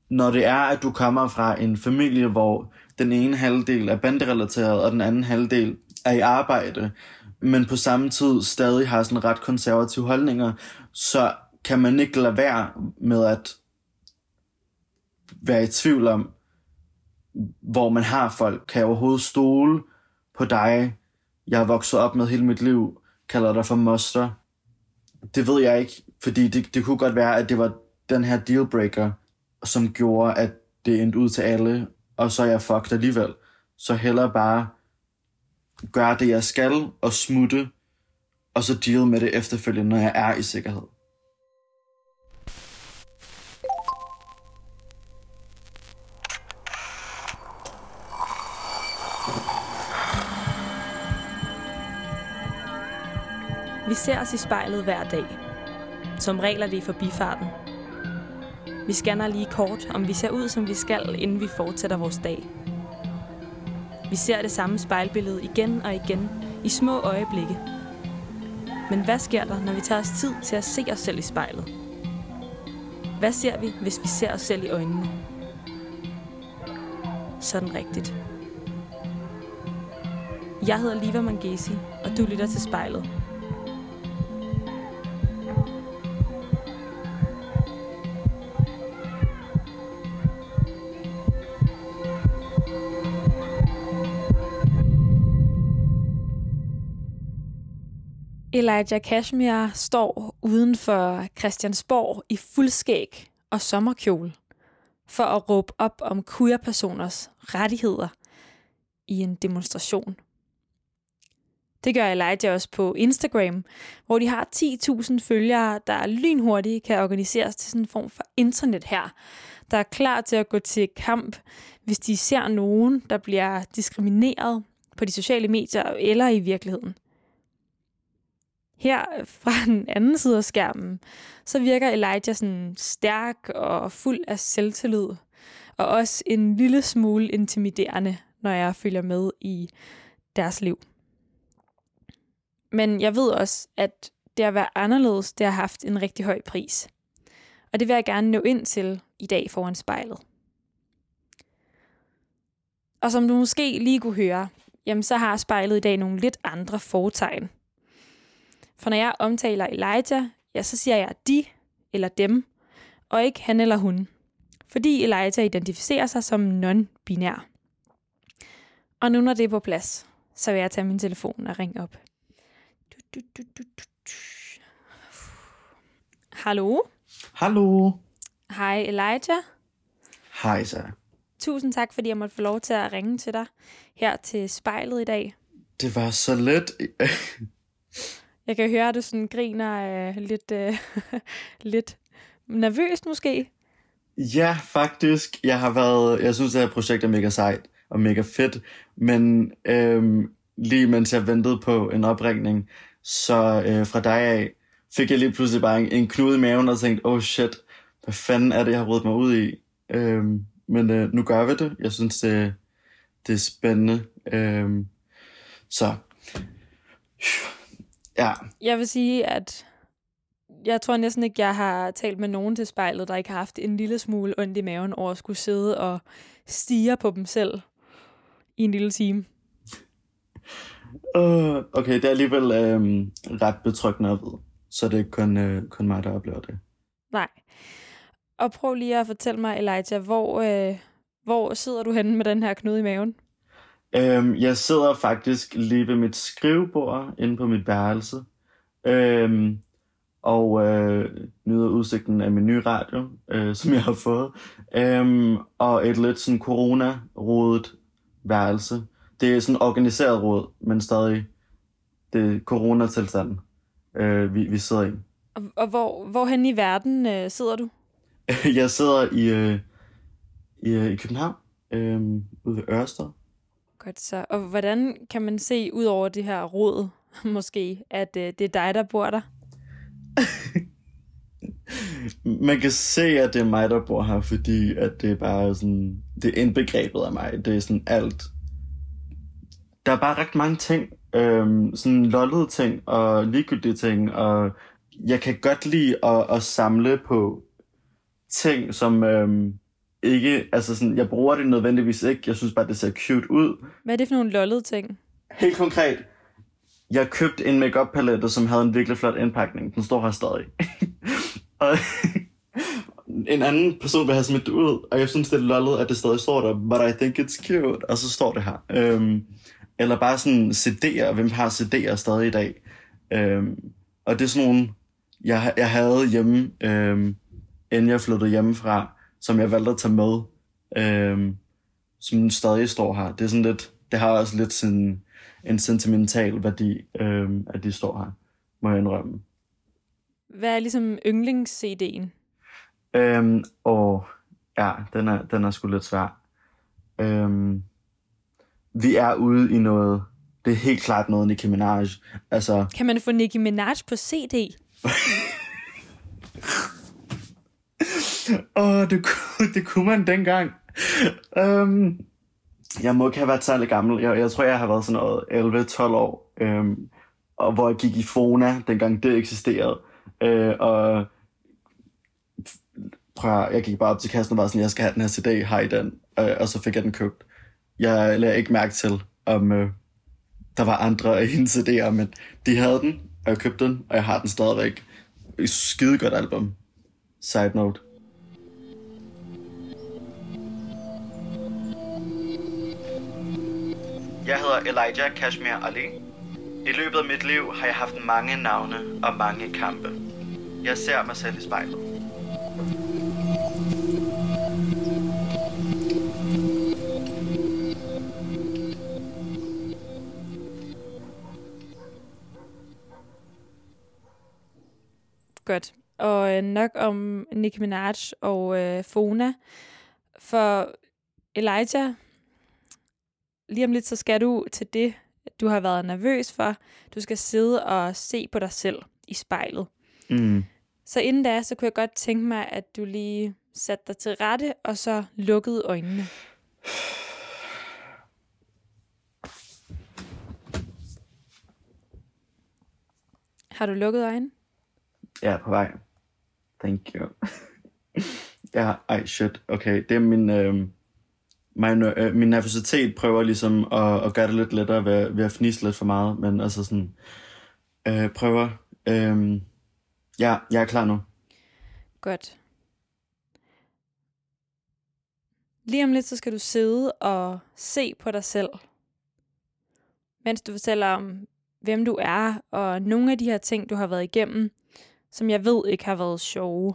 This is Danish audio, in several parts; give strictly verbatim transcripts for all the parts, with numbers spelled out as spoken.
når det er, at du kommer fra en familie, hvor den ene halvdel er banderelateret, og den anden halvdel er i arbejde, men på samme tid stadig har sådan ret konservative holdninger, så kan man ikke lade være med at være i tvivl om, hvor man har folk. Kan jeg overhovedet stole på dig? Jeg er vokset op med hele mit liv, kalder dig for moster. Det ved jeg ikke, fordi det, det kunne godt være, at det var den her dealbreaker, som gjorde, at det endte ud til alle, og så er jeg fucked alligevel. Så hellere bare gøre det, jeg skal, og smutte, og så deal med det efterfølgende, når jeg er i sikkerhed. Vi ser os i spejlet hver dag. Som regel er det i forbifarten. Vi scanner lige kort, om vi ser ud, som vi skal, inden vi fortsætter vores dag. Vi ser det samme spejlbillede igen og igen, i små øjeblikke. Men hvad sker der, når vi tager os tid til at se os selv i spejlet? Hvad ser vi, hvis vi ser os selv i øjnene? Sådan rigtigt. Jeg hedder Liva Mangesi, og du lytter til Spejlet. Elijah Kashmir står uden for Christiansborg i fuldskæg og sommerkjole for at råbe op om queer-personers rettigheder i en demonstration. Det gør Elijah også på Instagram, hvor de har ti tusind følgere, der lynhurtigt kan organiseres til sådan en form for internet her, der er klar til at gå til kamp, hvis de ser nogen, der bliver diskrimineret på de sociale medier eller i virkeligheden. Her fra den anden side af skærmen, så virker Elijah sådan stærk og fuld af selvtillid, og også en lille smule intimiderende, når jeg følger med i deres liv. Men jeg ved også, at det at være anderledes, det har haft en rigtig høj pris. Og det vil jeg gerne nå ind til i dag foran spejlet. Og som du måske lige kunne høre, jamen så har spejlet i dag nogle lidt andre fortegn. For når jeg omtaler Elijah, ja, så siger jeg de eller dem, og ikke han eller hun. Fordi Elijah identificerer sig som non-binær. Og nu når det er på plads, så vil jeg tage min telefon og ringe op. Du, du, du, du, du. Hallo? Hallo? Hej Elijah. Hej så. Tusind tak, fordi jeg måtte få lov til at ringe til dig her til spejlet i dag. Det var så let. Jeg kan høre, at du sådan griner øh, lidt, øh, lidt nervøst måske. Ja, faktisk. Jeg har været, jeg synes, det her projekt er mega sejt og mega fedt. Men øhm, lige mens jeg ventede på en opringning, så øh, fra dig af, fik jeg lige pludselig bare en, en knude i maven og tænkte, oh shit, hvad fanden er det, jeg har rodet mig ud i? Øhm, men øh, nu gør vi det. Jeg synes, det, det er spændende. Øhm, så... Ja. Jeg vil sige, at jeg tror næsten ikke, jeg har talt med nogen til spejlet, der ikke har haft en lille smule ondt i maven over at skulle sidde og stirre på dem selv i en lille time. Uh, okay, det er alligevel øhm, ret betryggende at vide, så det er kun, øh, kun mig, der oplever det. Nej. Og prøv lige at fortælle mig, Elijah, hvor, øh, hvor sidder du henne med den her knude i maven? Øhm, jeg sidder faktisk lige ved mit skrivebord inde på mit værelse, øhm, og øh, nyder udsigten af min nye radio, øh, som jeg har fået, øhm, og et lidt sådan corona-rodet værelse. Det er sådan organiseret råd, men stadig det er coronatilstanden, øh, vi, vi sidder i. Og, og hvor, hvorhen i verden øh, sidder du? Jeg sidder i, øh, i, øh, i København, øh, ude ved Ørsted. Godt så. Og hvordan kan man se ud over det her råd, måske, at øh, det er dig, der bor der? Man kan se, at det er mig, der bor her, fordi at det er bare sådan, det er indbegrebet af mig. Det er sådan alt. Der er bare rigtig mange ting, øhm, sådan lollede ting og ligegyldige ting, og jeg kan godt lide at, at samle på ting, som, øhm, ikke, altså sådan, jeg bruger det nødvendigvis ikke. Jeg synes bare, det ser cute ud. Hvad er det for nogle lollede ting? Helt konkret, jeg købte en make-up palette, som havde en virkelig flot indpakning. Den står her stadig. Og en anden person vil have smidt det ud, og jeg synes, det er lollet, at det stadig står der, but I think it's cute, og så står det her. Øhm, eller bare sådan C D'er, hvem har C D'er stadig i dag? Øhm, og det er sådan nogle, jeg, jeg havde hjemme, øhm, inden jeg flyttede hjemmefra, som jeg valgte at tage med, øhm, som stadig står her. Det er sådan lidt, det har også lidt sådan en sentimental værdi, øhm, at de står her, må jeg indrømme. Hvad er ligesom yndlings-C D'en? Øhm, og ja, den er, den er sgu lidt svær. Øhm, vi er ude i noget, det er helt klart noget Nicki Minaj. Altså, kan man få Nicki Minaj på C D? Åh, oh, det, det kunne man dengang. Um, jeg må ikke have været særlig gammel. Jeg, jeg tror, jeg har været sådan noget elleve tolv år. Um, og hvor jeg gik i Fona, dengang det eksisterede. Uh, og prøv, jeg gik bare op til kassen og var sådan, jeg skal have den her C D, hej den. Uh, og så fik jeg den købt. Jeg lagde ikke mærke til, om uh, der var andre af hendes C D'er, men de havde den, og jeg købte den, og jeg har den stadigvæk. Skide godt album. Side note. Jeg hedder Elijah Kashmir Ali. I løbet af mit liv har jeg haft mange navne og mange kampe. Jeg ser mig selv i spejlet. Godt. Og øh, nok om Nicki Minaj og øh, Fona. For Elijah, lige om lidt, så skal du til det, du har været nervøs for. Du skal sidde og se på dig selv i spejlet. Mm. Så inden da, så kunne jeg godt tænke mig, at du lige satte dig til rette, og så lukkede øjnene. Har du lukket øjnene? Jeg er på vej. Thank you. Ja, ej shit. Okay, det er min... Øh, min, øh, min nervøsitet prøver ligesom at, at gøre det lidt lettere ved, ved at fnise lidt for meget, men altså sådan... Øh, prøver... Øh, ja, jeg er klar nu. Godt. Lige om lidt, så skal du sidde og se på dig selv, mens du fortæller om, hvem du er, og nogle af de her ting, du har været igennem, som jeg ved ikke har været sjove.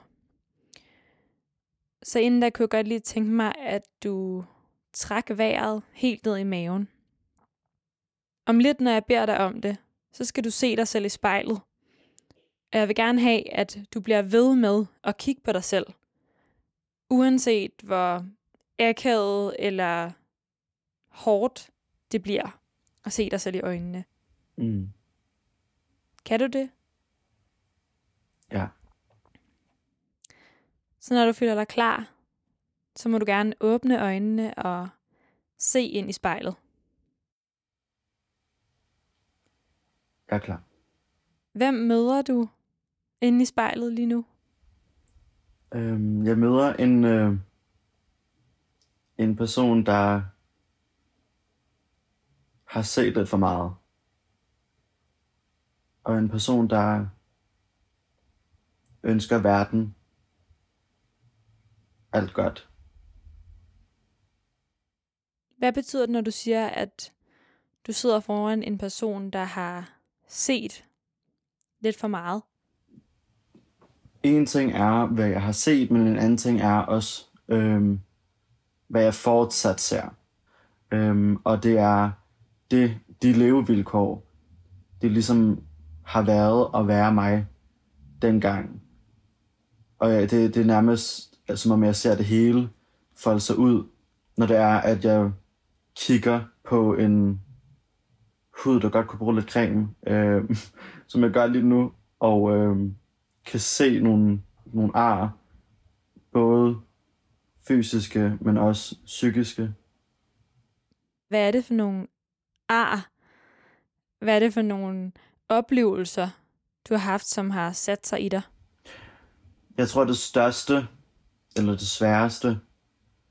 Så inden da kunne jeg godt lige tænke mig, at du træk vejret helt ned i maven. Om lidt, når jeg beder dig om det, så skal du se dig selv i spejlet. Og jeg vil gerne have, at du bliver ved med at kigge på dig selv. Uanset hvor akavet eller hårdt det bliver at se dig selv i øjnene. Mm. Kan du det? Ja. Så når du føler dig klar, så må du gerne åbne øjnene og se ind i spejlet. Jeg er klar. Hvem møder du inde i spejlet lige nu? Øhm, jeg møder en, øh, en person, der har set lidt for meget. Og en person, der ønsker verden alt godt. Hvad betyder det, når du siger, at du sidder foran en person, der har set lidt for meget? En ting er, hvad jeg har set, men en anden ting er også, øhm, hvad jeg fortsat ser. Øhm, og det er det, de levevilkår, det ligesom har været at være mig dengang. Og ja, det, det er nærmest, som om jeg ser det hele folde sig ud, når det er, at jeg kigger på en hud, der godt kunne bruge lidt creme, øh, som jeg gør lige nu, og øh, kan se nogle, nogle ar, både fysiske, men også psykiske. Hvad er det for nogle ar? Hvad er det for nogle oplevelser, du har haft, som har sat sig i dig? Jeg tror, det største, eller det sværeste,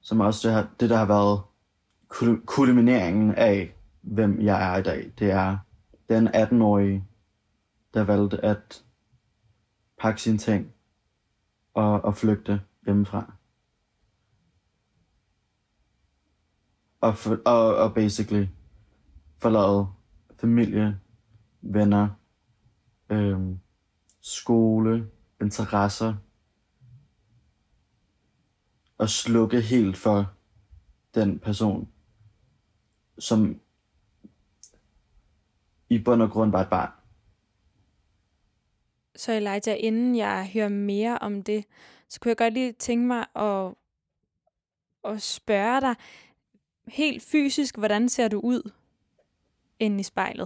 som også det, her, det der har været kulmineringen af, hvem jeg er i dag. Det er den atten-årige, der valgte at pakke sine ting og, og flygte hjemmefra. Og, for, og, og basically forlade familie, venner, øhm, skole, interesser, og slukke helt for den person, som i bund og grund var et barn. Så Elijah, inden jeg hører mere om det, så kunne jeg godt lige tænke mig at, at spørge dig helt fysisk, hvordan ser du ud inde i spejlet?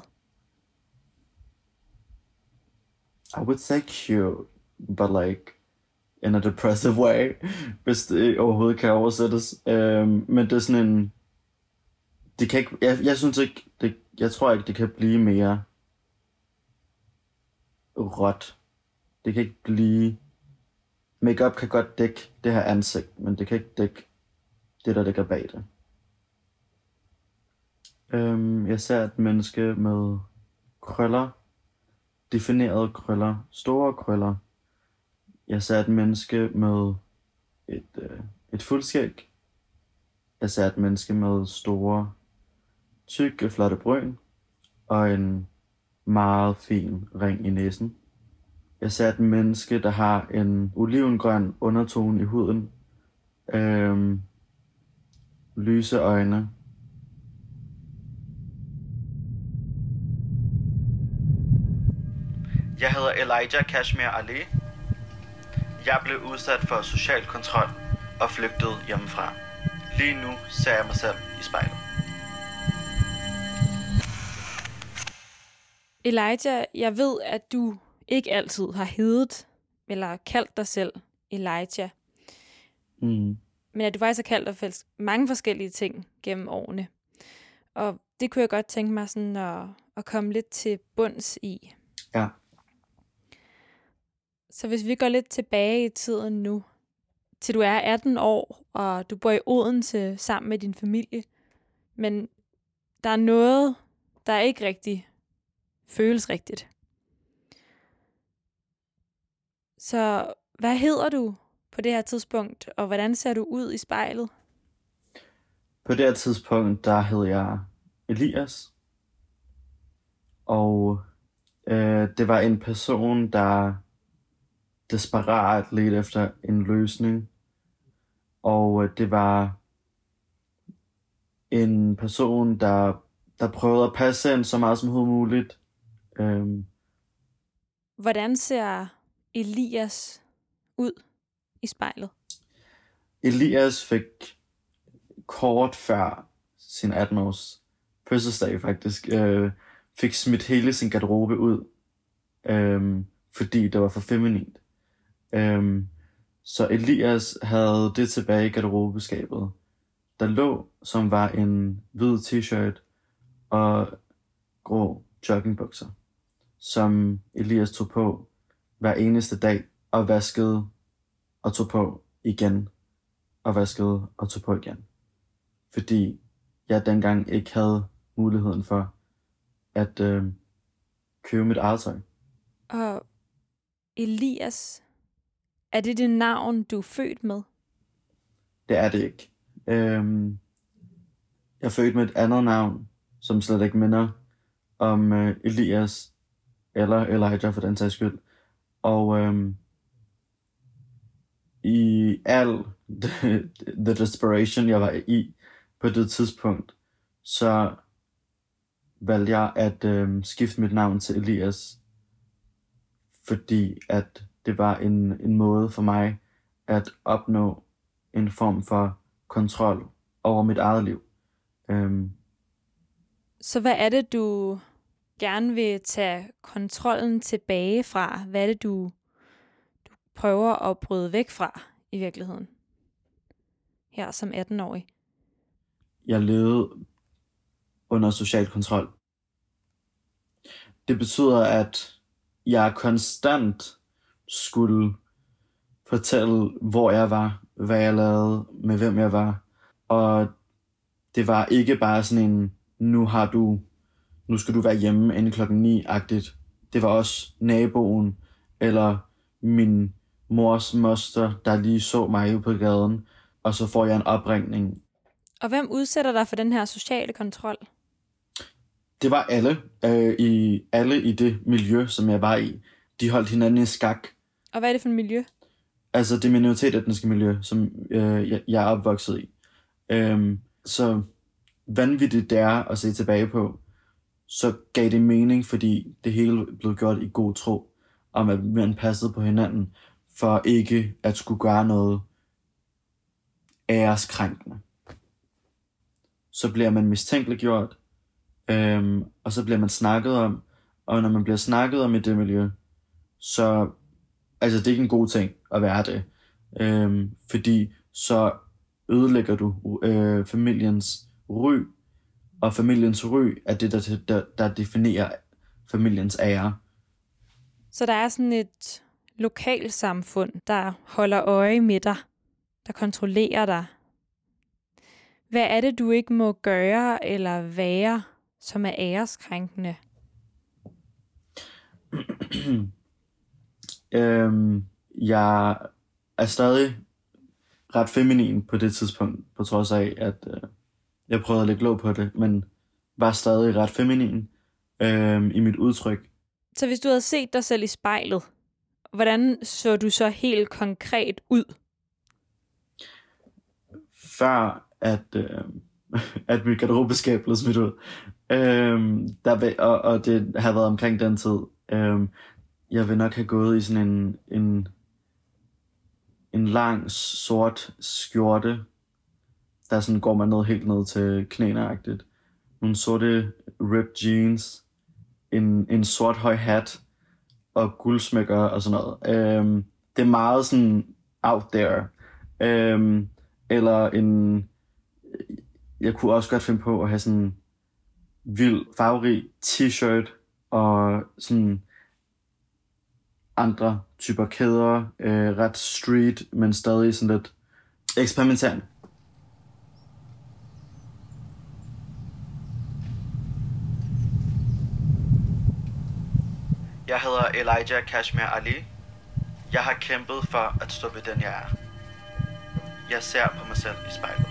I would say cute, but like in a depressive way, hvis det overhovedet kan oversættes. Um, men det er sådan en... Det kan ikke... Jeg, jeg synes ikke... Det, jeg tror ikke, det kan blive mere råt. Det kan ikke blive... Makeup kan godt dække det her ansigt, men det kan ikke dække det, der ligger bag det. Um, jeg ser et menneske med krøller. Definerede krøller. Store krøller. Jeg ser et menneske med et, øh, et fuldskæg. Jeg ser et menneske med store, tykke, flotte bryn. Og en meget fin ring i næsen. Jeg ser et menneske, der har en olivengrøn undertone i huden. Øhm, lyse øjne. Jeg hedder Elijah Kashmir Ali. Jeg blev udsat for social kontrol og flygtede hjemmefra. Lige nu ser jeg mig selv i spejlet. Elijah, jeg ved, at du ikke altid har heddet eller kaldt dig selv Elijah. Mm. Men at du faktisk har kaldt dig mange forskellige ting gennem årene. Og det kunne jeg godt tænke mig sådan at, at komme lidt til bunds i. Ja. Så hvis vi går lidt tilbage i tiden nu, til du er atten år, og du bor i Odense sammen med din familie, men der er noget, der ikke rigtig føles rigtigt. Så hvad hedder du på det her tidspunkt, og hvordan ser du ud i spejlet? På det her tidspunkt, der hed jeg Elias, og øh, det var en person, der desperat ledte efter en løsning, og øh, det var en person, der, der prøvede at passe ind så meget som muligt. Øhm. Hvordan ser Elias ud i spejlet? Elias fik kort før sin atten-års fødselsdag faktisk, øh, fik smidt hele sin garderobe ud, øh, fordi det var for feminint. Øh, så Elias havde det tilbage i garderobeskabet, der lå, som var en hvid t-shirt og grå joggingbukser, som Elias tog på hver eneste dag og vaskede og tog på igen og vaskede og tog på igen. Fordi jeg dengang ikke havde muligheden for at øh, købe mit eget tøj. Og Elias, er det det navn, du er født med? Det er det ikke. Øhm, jeg er født med et andet navn, som slet ikke minder om øh, Elias eller Elijah for den sags skyld. Og øhm, i al the, the desperation, jeg var i på det tidspunkt, så valgte jeg at øhm, skifte mit navn til Elias, fordi at det var en, en måde for mig at opnå en form for kontrol over mit eget liv. Øhm. Så hvad er det, du gerne vil tage kontrollen tilbage fra? Hvad er det, du, du prøver at bryde væk fra i virkeligheden? Her som atten-årig. Jeg levede under social kontrol. Det betyder, at jeg konstant skulle fortælle, hvor jeg var, hvad jeg lavede, med hvem jeg var, Og det var ikke bare sådan en, nu har du, nu skal du være hjemme inden klokken ni-agtigt. Det var også naboen, eller min mors moster, der lige så mig ude på gaden, og så får jeg en opringning. Og hvem udsætter dig for den her sociale kontrol? Det var alle, øh, i, alle i det miljø, som jeg var i. De holdt hinanden i skak. Og hvad er det for et miljø? Altså det minoritetsetniske miljø, som øh, jeg, jeg er opvokset i. Øhm, så vanvittigt det er at se tilbage på, så gav det mening, fordi det hele blev gjort i god tro, om at man passede på hinanden, for ikke at skulle gøre noget æreskrænkende. Så bliver man mistænkeliggjort, øhm, og så bliver man snakket om, og når man bliver snakket om i det miljø, så altså det er ikke en god ting at være det, øhm, fordi så ødelægger du øh, familiens ry, og familiens ry er det, der, der, der definerer familiens ære. Så der er sådan et lokalsamfund, der holder øje med dig, der kontrollerer dig. Hvad er det, du ikke må gøre eller være, som er æreskrænkende? øhm, jeg er stadig ret feminin på det tidspunkt, på trods af, at øh, jeg prøvede at lægge låg på det, men var stadig ret feminin øh, i mit udtryk. Så hvis du havde set dig selv i spejlet, hvordan så du så helt konkret ud? Før at, øh, at mit garderobeskab blev smidt ud, øh, der, og, og det har været omkring den tid, øh, jeg vil nok have gået i sådan en, en, en lang sort skjorte, der sådan går man ned helt ned til knæene-agtigt. Nogle sorte ripped jeans, en, en sort høj hat og guldsmykker og sådan noget. Øhm, det er meget sådan out there. Øhm, eller en... Jeg kunne også godt finde på at have sådan en vild, farverig t-shirt og sådan andre typer kæder. Øh, ret street, men stadig sådan lidt eksperimenterende. Jeg hedder Elijah Kashmir Ali. Jeg har kæmpet for at stå ved den, jeg er. Jeg ser på mig selv i spejlet.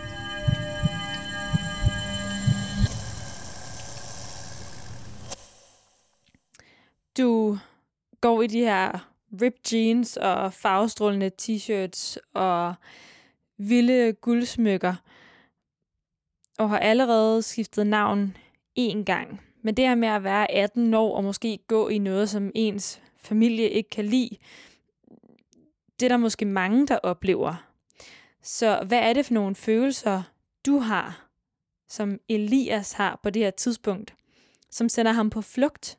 Du går i de her ripped jeans og farvestrålende t-shirts og vilde guldsmykker og har allerede skiftet navn én gang. Men det her med at være atten år og måske gå i noget, som ens familie ikke kan lide, det er der måske mange, der oplever. Så hvad er det for nogle følelser, du har, som Elias har på det her tidspunkt, som sender ham på flugt?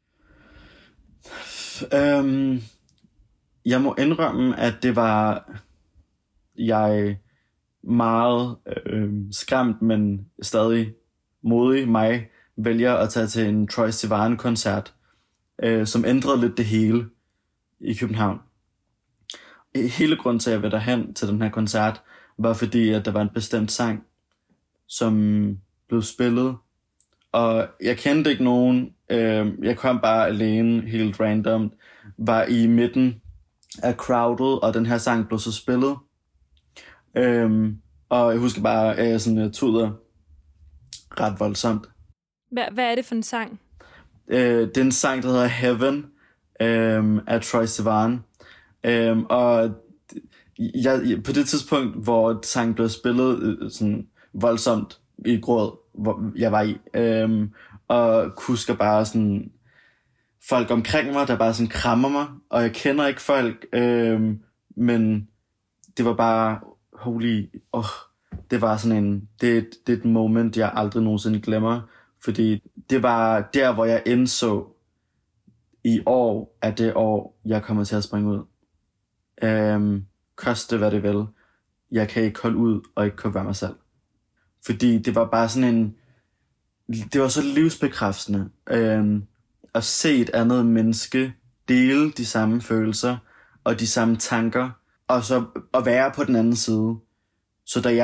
Øhm, jeg må indrømme, at det var jeg meget øh, skræmt, men stadig modig mig, vælger at tage til en Troye Sivan-koncert, øh, som ændrede lidt det hele i København. Hele grunden til, at jeg ville derhen til den her koncert, var fordi, at der var en bestemt sang, som blev spillet, og jeg kendte ikke nogen. Øh, jeg kom bare alene, helt random, var i midten af crowdet, og den her sang blev så spillet. Øh, og jeg husker bare, at jeg sådan tuder ret voldsomt. Hvad, hvad er det for en sang? Øh, det er en sang, der hedder Heaven, øh, af Troye Sivan. Øh, og jeg, på det tidspunkt, hvor sangen blev spillet øh, sådan voldsomt i gråd, hvor jeg var i, øh, og husker bare sådan folk omkring mig, der bare sådan krammer mig, og jeg kender ikke folk, øh, men det var bare holy, oh, det var sådan en, det, det er et moment, jeg aldrig nogensinde glemmer, fordi det var der, hvor jeg indså i år, at det år, jeg kommer til at springe ud. Øhm, koste hvad det vil. Jeg kan ikke holde ud, og ikke kunne være mig selv. Fordi det var bare sådan en, det var så livsbekræftende, øhm, at se et andet menneske dele de samme følelser, og de samme tanker, og så at være på den anden side. Så da jeg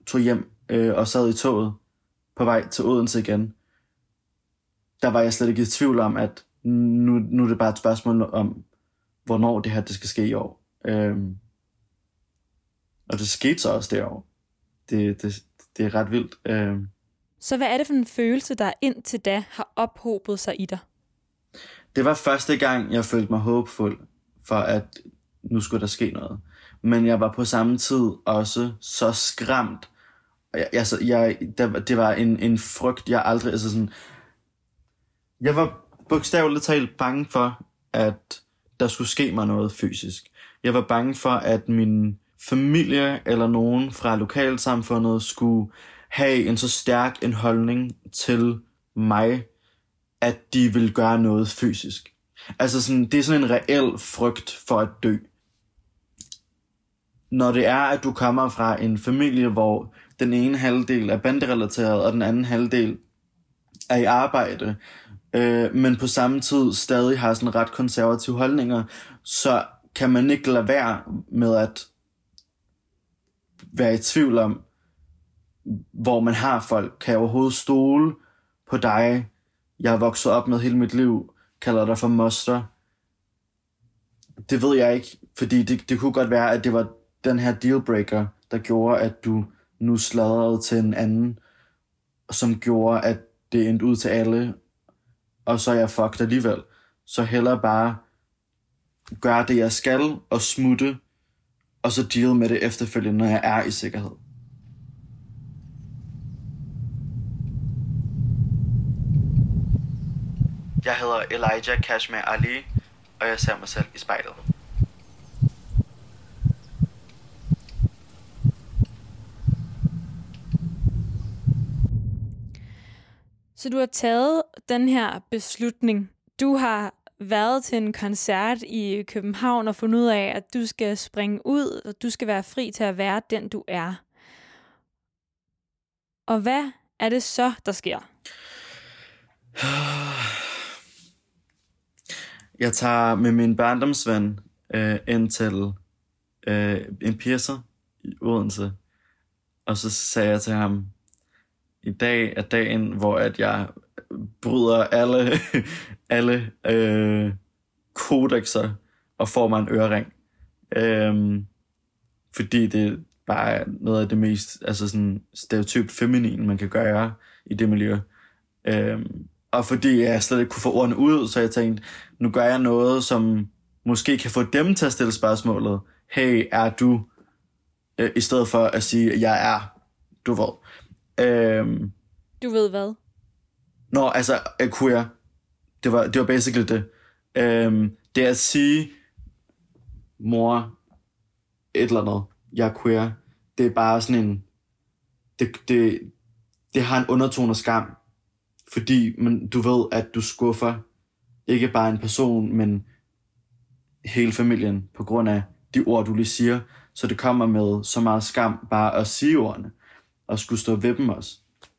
tog hjem øh, og sad i toget på vej til Odense igen, der var jeg slet ikke i tvivl om, at nu, nu er det bare et spørgsmål om, hvornår det her det skal ske i år. Øhm, og det skete så også det år. Det, det, det er ret vildt. Øhm. Så hvad er det for en følelse, der indtil da har ophobet sig i dig? Det var første gang, jeg følte mig håbefuld for, at nu skulle der ske noget. Men jeg var på samme tid også så skræmt. Jeg, altså, jeg, der, det var en, en frygt, jeg aldrig... Altså sådan, jeg var bogstaveligt talt bange for, at der skulle ske mig noget fysisk. Jeg var bange for, at min familie eller nogen fra lokalsamfundet skulle have en så stærk en holdning til mig, at de ville gøre noget fysisk. Altså sådan, det er sådan en reel frygt for at dø. Når det er, at du kommer fra en familie, hvor den ene halvdel er banderelateret, og den anden halvdel er i arbejde, øh, men på samme tid stadig har sådan ret konservative holdninger, så kan man ikke lade være med at være i tvivl om, hvor man har folk. Kan jeg overhovedet stole på dig? Jeg har vokset op med hele mit liv, kalder dig for moster. Det ved jeg ikke, fordi det, det kunne godt være, at det var den her dealbreaker, der gjorde, at du nu sladrede til en anden, som gjorde, at det endte ud til alle, og så er jeg fucked alligevel. Så hellere bare gøre det, jeg skal, og smutte, og så deal med det efterfølgende, når jeg er i sikkerhed. Jeg hedder Elijah Kashmir Ali, og jeg ser mig selv i spejlet. Så du har taget den her beslutning. Du har været til en koncert i København og fundet ud af, at du skal springe ud, og du skal være fri til at være den, du er. Og hvad er det så, der sker? Jeg tager med min barndomsven øh, ind til øh, en piercer i Odense, og så sagde jeg til ham, i dag er dagen, hvor at jeg bryder alle, alle øh, kodexer og får mig en ørering. Øhm, fordi det bare er noget af det mest altså sådan stereotypt feminine, man kan gøre i det miljø. Øhm, og fordi jeg slet ikke kunne få ordene ud, så jeg tænkte, nu gør jeg noget, som måske kan få dem til at stille spørgsmålet, hey, er du? Øh, I stedet for at sige, jeg er, du ved. Øhm, du ved hvad? Nå, altså, queer. Det var, det var basically det. Øhm, det er at sige, mor, et eller andet, jeg er queer. Det er bare sådan en, det, det, det har en undertone af skam. Fordi man, du ved, at du skuffer ikke bare en person, men hele familien på grund af de ord, du lige siger. Så det kommer med så meget skam bare at sige ordene. Og skulle stå ved dem også.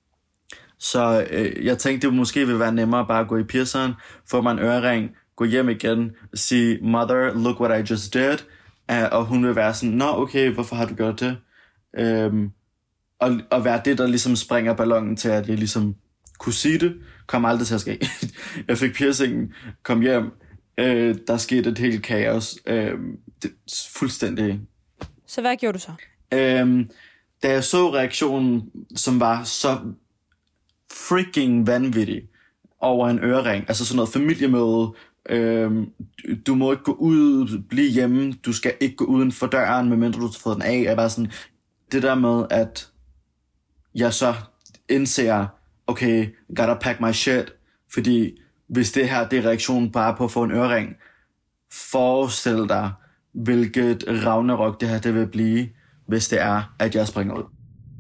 Så øh, jeg tænkte, det måske ville være nemmere bare at gå i pierceren, få mig en ørering, gå hjem igen, sige, mother, look what I just did. Uh, og hun vil være sådan, nå okay, hvorfor har du gjort det? Um, og, og være det, der ligesom springer ballonen til, at jeg ligesom kunne sige det, kom aldrig til at ske. Jeg fik piercingen, kom hjem, uh, der skete et helt kaos. Uh, det, fuldstændig. Så hvad gjorde du så? Um, Da jeg så reaktionen, som var så freaking vanvittig over en ørering, altså sådan noget familiemøde, øhm, du må ikke gå ud, blive hjemme, du skal ikke gå uden for døren, medmindre du har fået den af, er bare sådan, det der med, at jeg så indser, okay, gotta pack my shit, fordi hvis det her, det er reaktionen bare på at få en ørering, forestil dig, hvilket ragnarok det her, det vil blive, hvis det er, at jeg springer ud.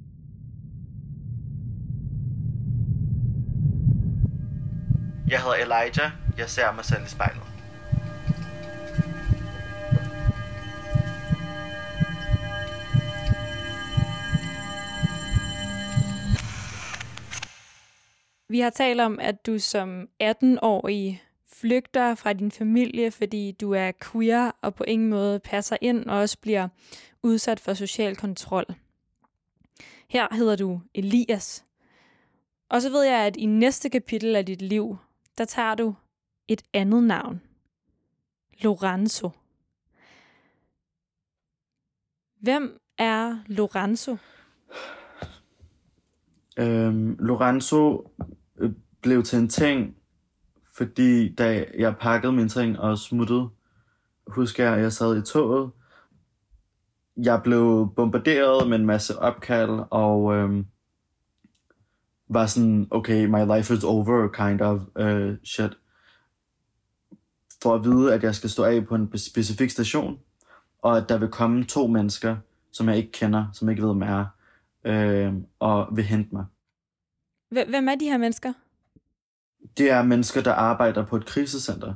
Jeg hedder Elijah. Jeg ser mig selv i spejlet. Vi har talt om, at du som atten-årig flygter fra din familie, fordi du er queer og på ingen måde passer ind og også bliver udsat for social kontrol. Her hedder du Elias. Og så ved jeg, at i næste kapitel af dit liv, der tager du et andet navn. Lorenzo. Hvem er Lorenzo? Øhm, Lorenzo øh, blev til en ting, fordi da jeg pakkede mine ting og smuttede, husker jeg, at jeg sad i toget. Jeg blev bombarderet med en masse opkald, og øhm, var sådan, okay, my life is over, kind of uh, shit. For at vide, at jeg skal stå af på en specifik station, og at der vil komme to mennesker, som jeg ikke kender, som jeg ikke ved, hvem er, øh, og vil hente mig. Hvem er de her mennesker? Det er mennesker, der arbejder på et krisecenter.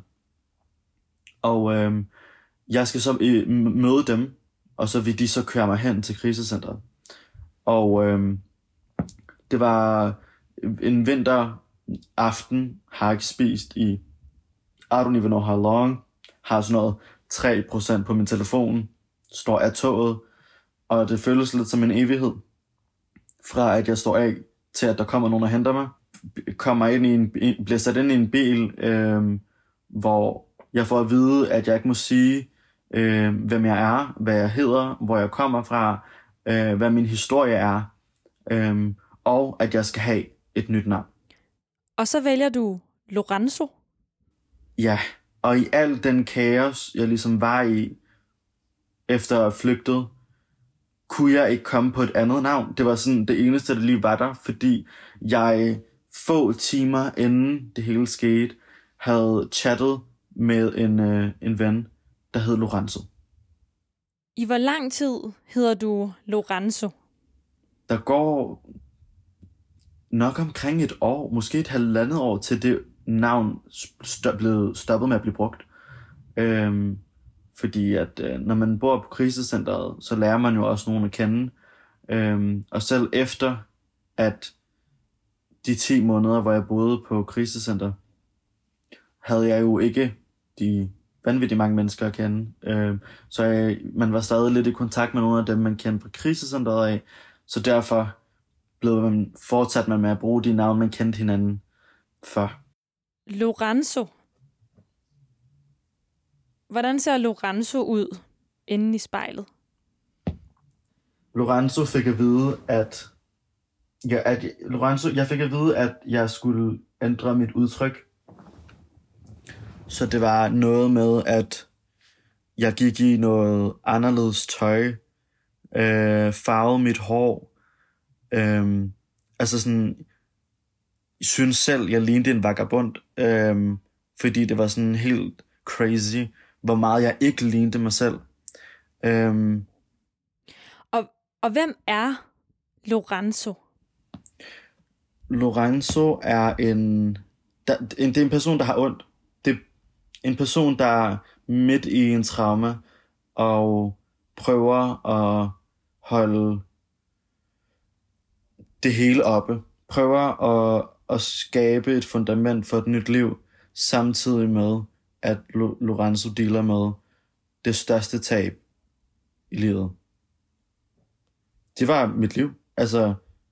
Og øh, jeg skal så møde dem, og så vil de så køre mig hen til krisecenteret. Og øh, det var en vinteraften, har ikke spist i, I don't even know how long, har sådan noget tre procent på min telefon, står af toget, og det føles lidt som en evighed, fra at jeg står af, til at der kommer nogen og henter mig. Kommer ind i en, bliver sat ind i en bil, øh, hvor jeg får at vide, at jeg ikke må sige, øh, hvem jeg er, hvad jeg hedder, hvor jeg kommer fra, øh, hvad min historie er, øh, og at jeg skal have et nyt navn. Og så vælger du Lorenzo? Ja, og i al den kaos, jeg ligesom var i, efter at have flygtet, kunne jeg ikke komme på et andet navn. Det var sådan det eneste, der lige var der, fordi jeg få timer inden det hele skete, havde chattet med en, øh, en ven, der hed Lorenzo. I hvor lang tid hedder du Lorenzo? Der går nok omkring et år, måske et halvandet år, til det navn st- blev stoppet med at blive brugt. Øhm, fordi at øh, når man bor på krisecenteret, så lærer man jo også nogen at kende. Øhm, og selv efter at de ti måneder, hvor jeg boede på krisecenter, havde jeg jo ikke de vanvittigt mange mennesker at kende. Øhm, så jeg, man var stadig lidt i kontakt med nogle af dem, man kendte fra krisecenteret af. Så derfor blev man fortsat med at bruge de navne, man kendte hinanden før. Lorenzo. Hvordan ser Lorenzo ud inde i spejlet? Lorenzo fik at vide, at jeg, at Lorenzo, jeg fik at vide, at jeg skulle ændre mit udtryk. Så det var noget med, at jeg gik i noget anderledes tøj, øh, farvede mit hår. Øh, altså sådan, jeg synes selv, jeg lignede en vagabond, øh, fordi det var sådan helt crazy, hvor meget jeg ikke lignede mig selv. Øh, og, og hvem er Lorenzo? Lorenzo er en, der, en, det er en person, der har ondt. Det er en person, der er midt i en traume, og prøver at holde det hele oppe. Prøver at, at skabe et fundament for et nyt liv, samtidig med, at Lorenzo dealer med det største tab i livet. Det var mit liv. Altså,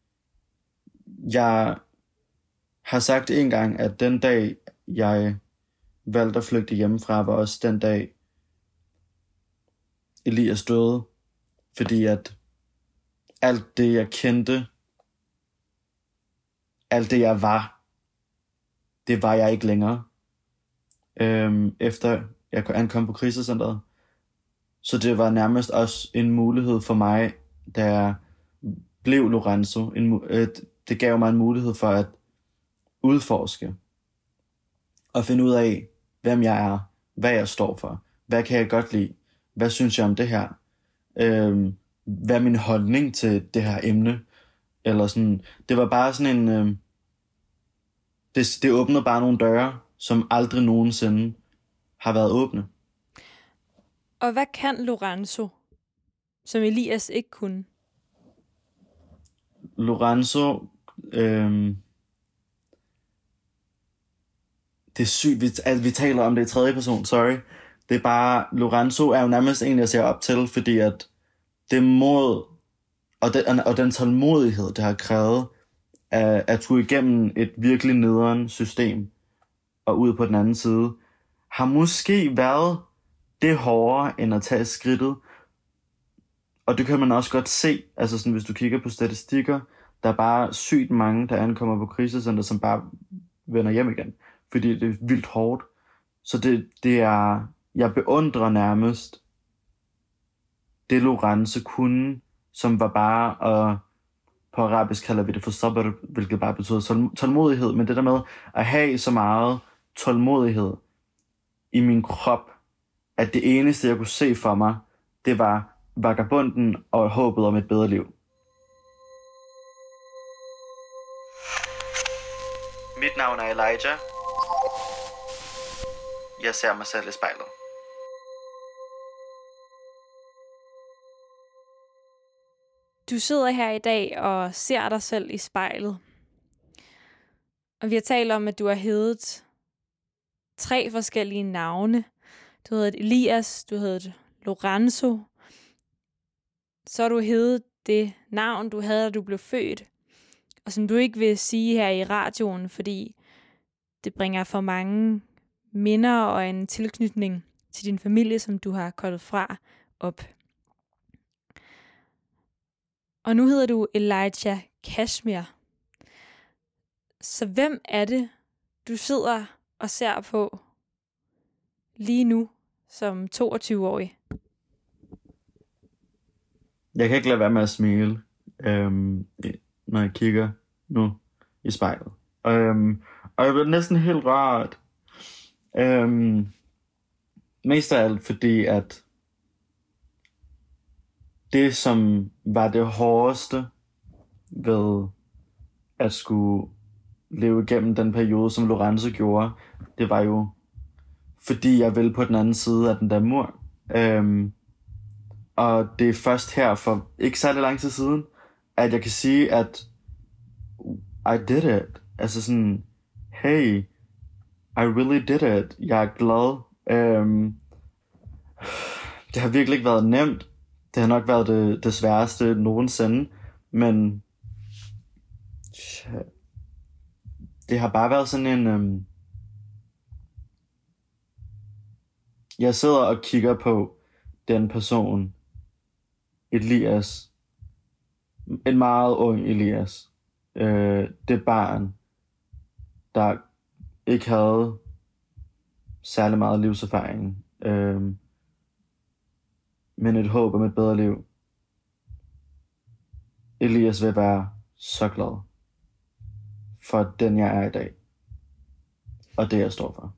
jeg har sagt en gang, at den dag, jeg valgte at flygte hjemmefra, var også den dag, Elias døde. Fordi at alt det, jeg kendte, alt det, jeg var, det var jeg ikke længere. Øhm, efter jeg ankom på krisecenteret. Så det var nærmest også en mulighed for mig, da jeg blev Lorenzo. En, et, det gav mig en mulighed for at udforske og finde ud af, hvem jeg er, hvad jeg står for, hvad kan jeg godt lide, hvad synes jeg om det her, øhm, hvad er min holdning til det her emne, eller sådan. Det var bare sådan en, øhm, det, det åbnede bare nogle døre, som aldrig nogensinde har været åbne. Og hvad kan Lorenzo, som Elias ikke kunne? Lorenzo, øhm, det er sygt, vi, altså, vi taler om det i tredje person, sorry. Det er bare, Lorenzo er jo nærmest en, jeg ser op til, fordi at det mod og, den, og den tålmodighed, det har krævet, at, at skulle igennem et virkelig nederen system, og ud på den anden side, har måske været det hårdere, end at tage skridtet. Og det kan man også godt se, altså sådan, hvis du kigger på statistikker, der er bare sygt mange, der ankommer på krisecenter, som bare vender hjem igen, fordi det er vildt hårdt. Så det, det er, jeg beundrer nærmest det Lorenzo kunne, som var bare, at på arabisk kalder vi det for sabr, hvilket bare betyder tålmodighed, men det der med at have så meget tålmodighed i min krop, at det eneste, jeg kunne se for mig, det var vagabunden og håbet om et bedre liv. Mit navn er Elijah. Jeg ser mig selv i spejlet. Du sidder her i dag og ser dig selv i spejlet. Og vi har talt om, at du har heddet tre forskellige navne. Du hedder Elias, du hedder Lorenzo. Så har du heddet det navn, du havde, da du blev født. Og som du ikke vil sige her i radioen, fordi det bringer for mange minder og en tilknytning til din familie, som du har koldet fra op. Og nu hedder du Elijah Kashmir. Så hvem er det, du sidder og ser på lige nu som toogtyve-årig? Jeg kan ikke lade være med at smile, øhm, når jeg kigger nu i spejlet. Øhm, og jeg bliver næsten helt rørt. Øhm, mest af alt fordi, at det, som var det hårdeste ved at skulle leve igennem den periode, som Lorenzo gjorde, det var jo, fordi jeg ville på den anden side af den der mur. Øhm, og det er først her for ikke særlig lang tid siden, at jeg kan sige, at I did it. Altså sådan, hey, I really did it. Jeg er glad. Øhm, det har virkelig ikke været nemt. Det har nok været det, det sværeste nogensinde, men det har bare været sådan en... Øhm, jeg sidder og kigger på den person, Elias, en meget ung Elias, øh, det barn, der ikke havde særlig meget livserfaring, øh, men et håb om et bedre liv. Elias vil være så glad for den, jeg er i dag, og det, jeg står for.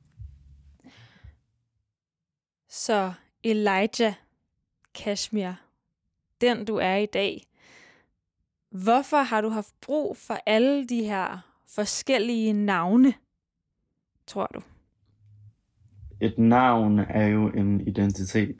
Så Elijah Kashmir, den du er i dag, hvorfor har du haft brug for alle de her forskellige navne, tror du? Et navn er jo en identitet.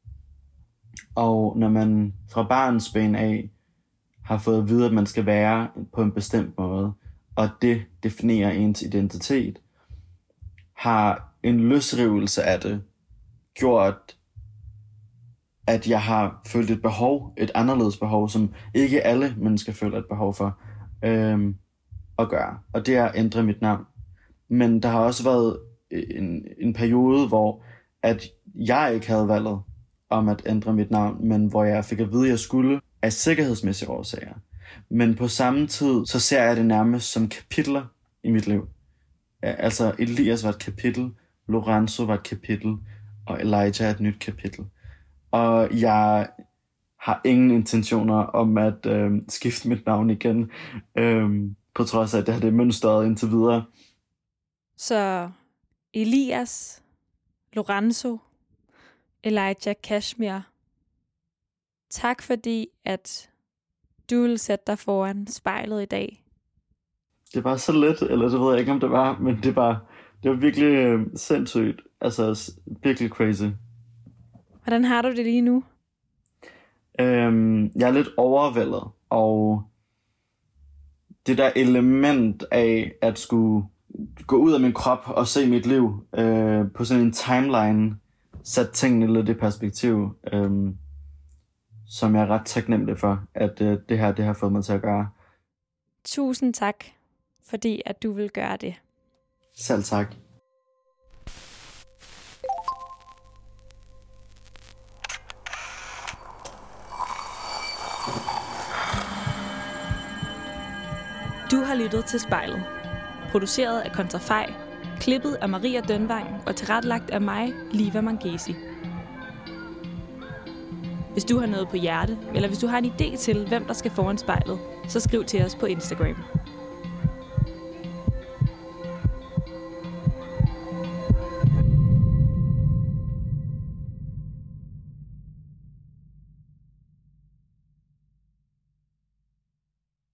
Og når man fra barnsben af har fået at vide, at man skal være på en bestemt måde, og det definerer ens identitet, har en løsrivelse af det gjort, at jeg har følt et behov, et anderledes behov, som ikke alle mennesker føler et behov for øhm, at gøre. Og det er at ændre mit navn. Men der har også været en, en periode, hvor at jeg ikke havde valget om at ændre mit navn, men hvor jeg fik at vide, at jeg skulle af sikkerhedsmæssige årsager. Men på samme tid, så ser jeg det nærmest som kapitler i mit liv. Ja, altså Elias var et kapitel, Lorenzo var et kapitel, og Elijah er et nyt kapitel. Og jeg har ingen intentioner om at øh, skifte mit navn igen, øh, på trods af, at det har det mønstret indtil videre. Så Elias, Lorenzo, Elijah Kashmir, tak fordi, at du vil sætte dig foran spejlet i dag. Det var så let, eller det ved jeg ikke, om det var, men det var, det var virkelig øh, sindssygt. Altså virkelig crazy. Hvordan har du det lige nu? Øhm, jeg er lidt overvældet, og det der element af at skulle gå ud af min krop og se mit liv øh, på sådan en timeline, sat tingene lidt i perspektiv, øh, som jeg er ret taknemmelig for, at øh, det her det har fået mig til at gøre. Tusind tak, fordi at du vil gøre det. Selv tak. Du har lyttet til Spejlet. Produceret af Kontrafej, klippet af Maria Dønvang og tilrettelagt af mig, Liva Mangesi. Hvis du har noget på hjerte, eller hvis du har en idé til, hvem der skal foran spejlet, så skriv til os på Instagram.